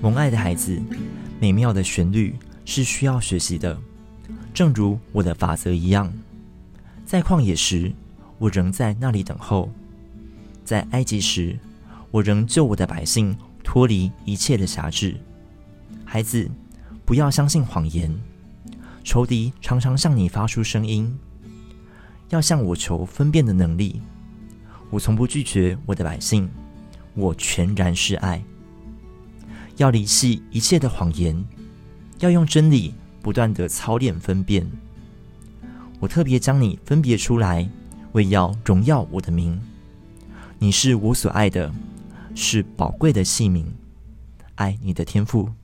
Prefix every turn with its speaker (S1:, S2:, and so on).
S1: 蒙爱的孩子，美妙的旋律是需要学习的，正如我的法则一样。在旷野时，我仍在那里等候；在埃及时，我仍救我的百姓脱离一切的辖制。孩子，不要相信谎言，仇敌常常向你发出声音，要向我求分辨的能力。我从不拒绝我的百姓，我全然是爱。要离弃一切的谎言，要用真理不断地操练分辨。我特别将你分别出来，为要荣耀我的名。你是我所爱的，是宝贵的器皿。爱你的天父。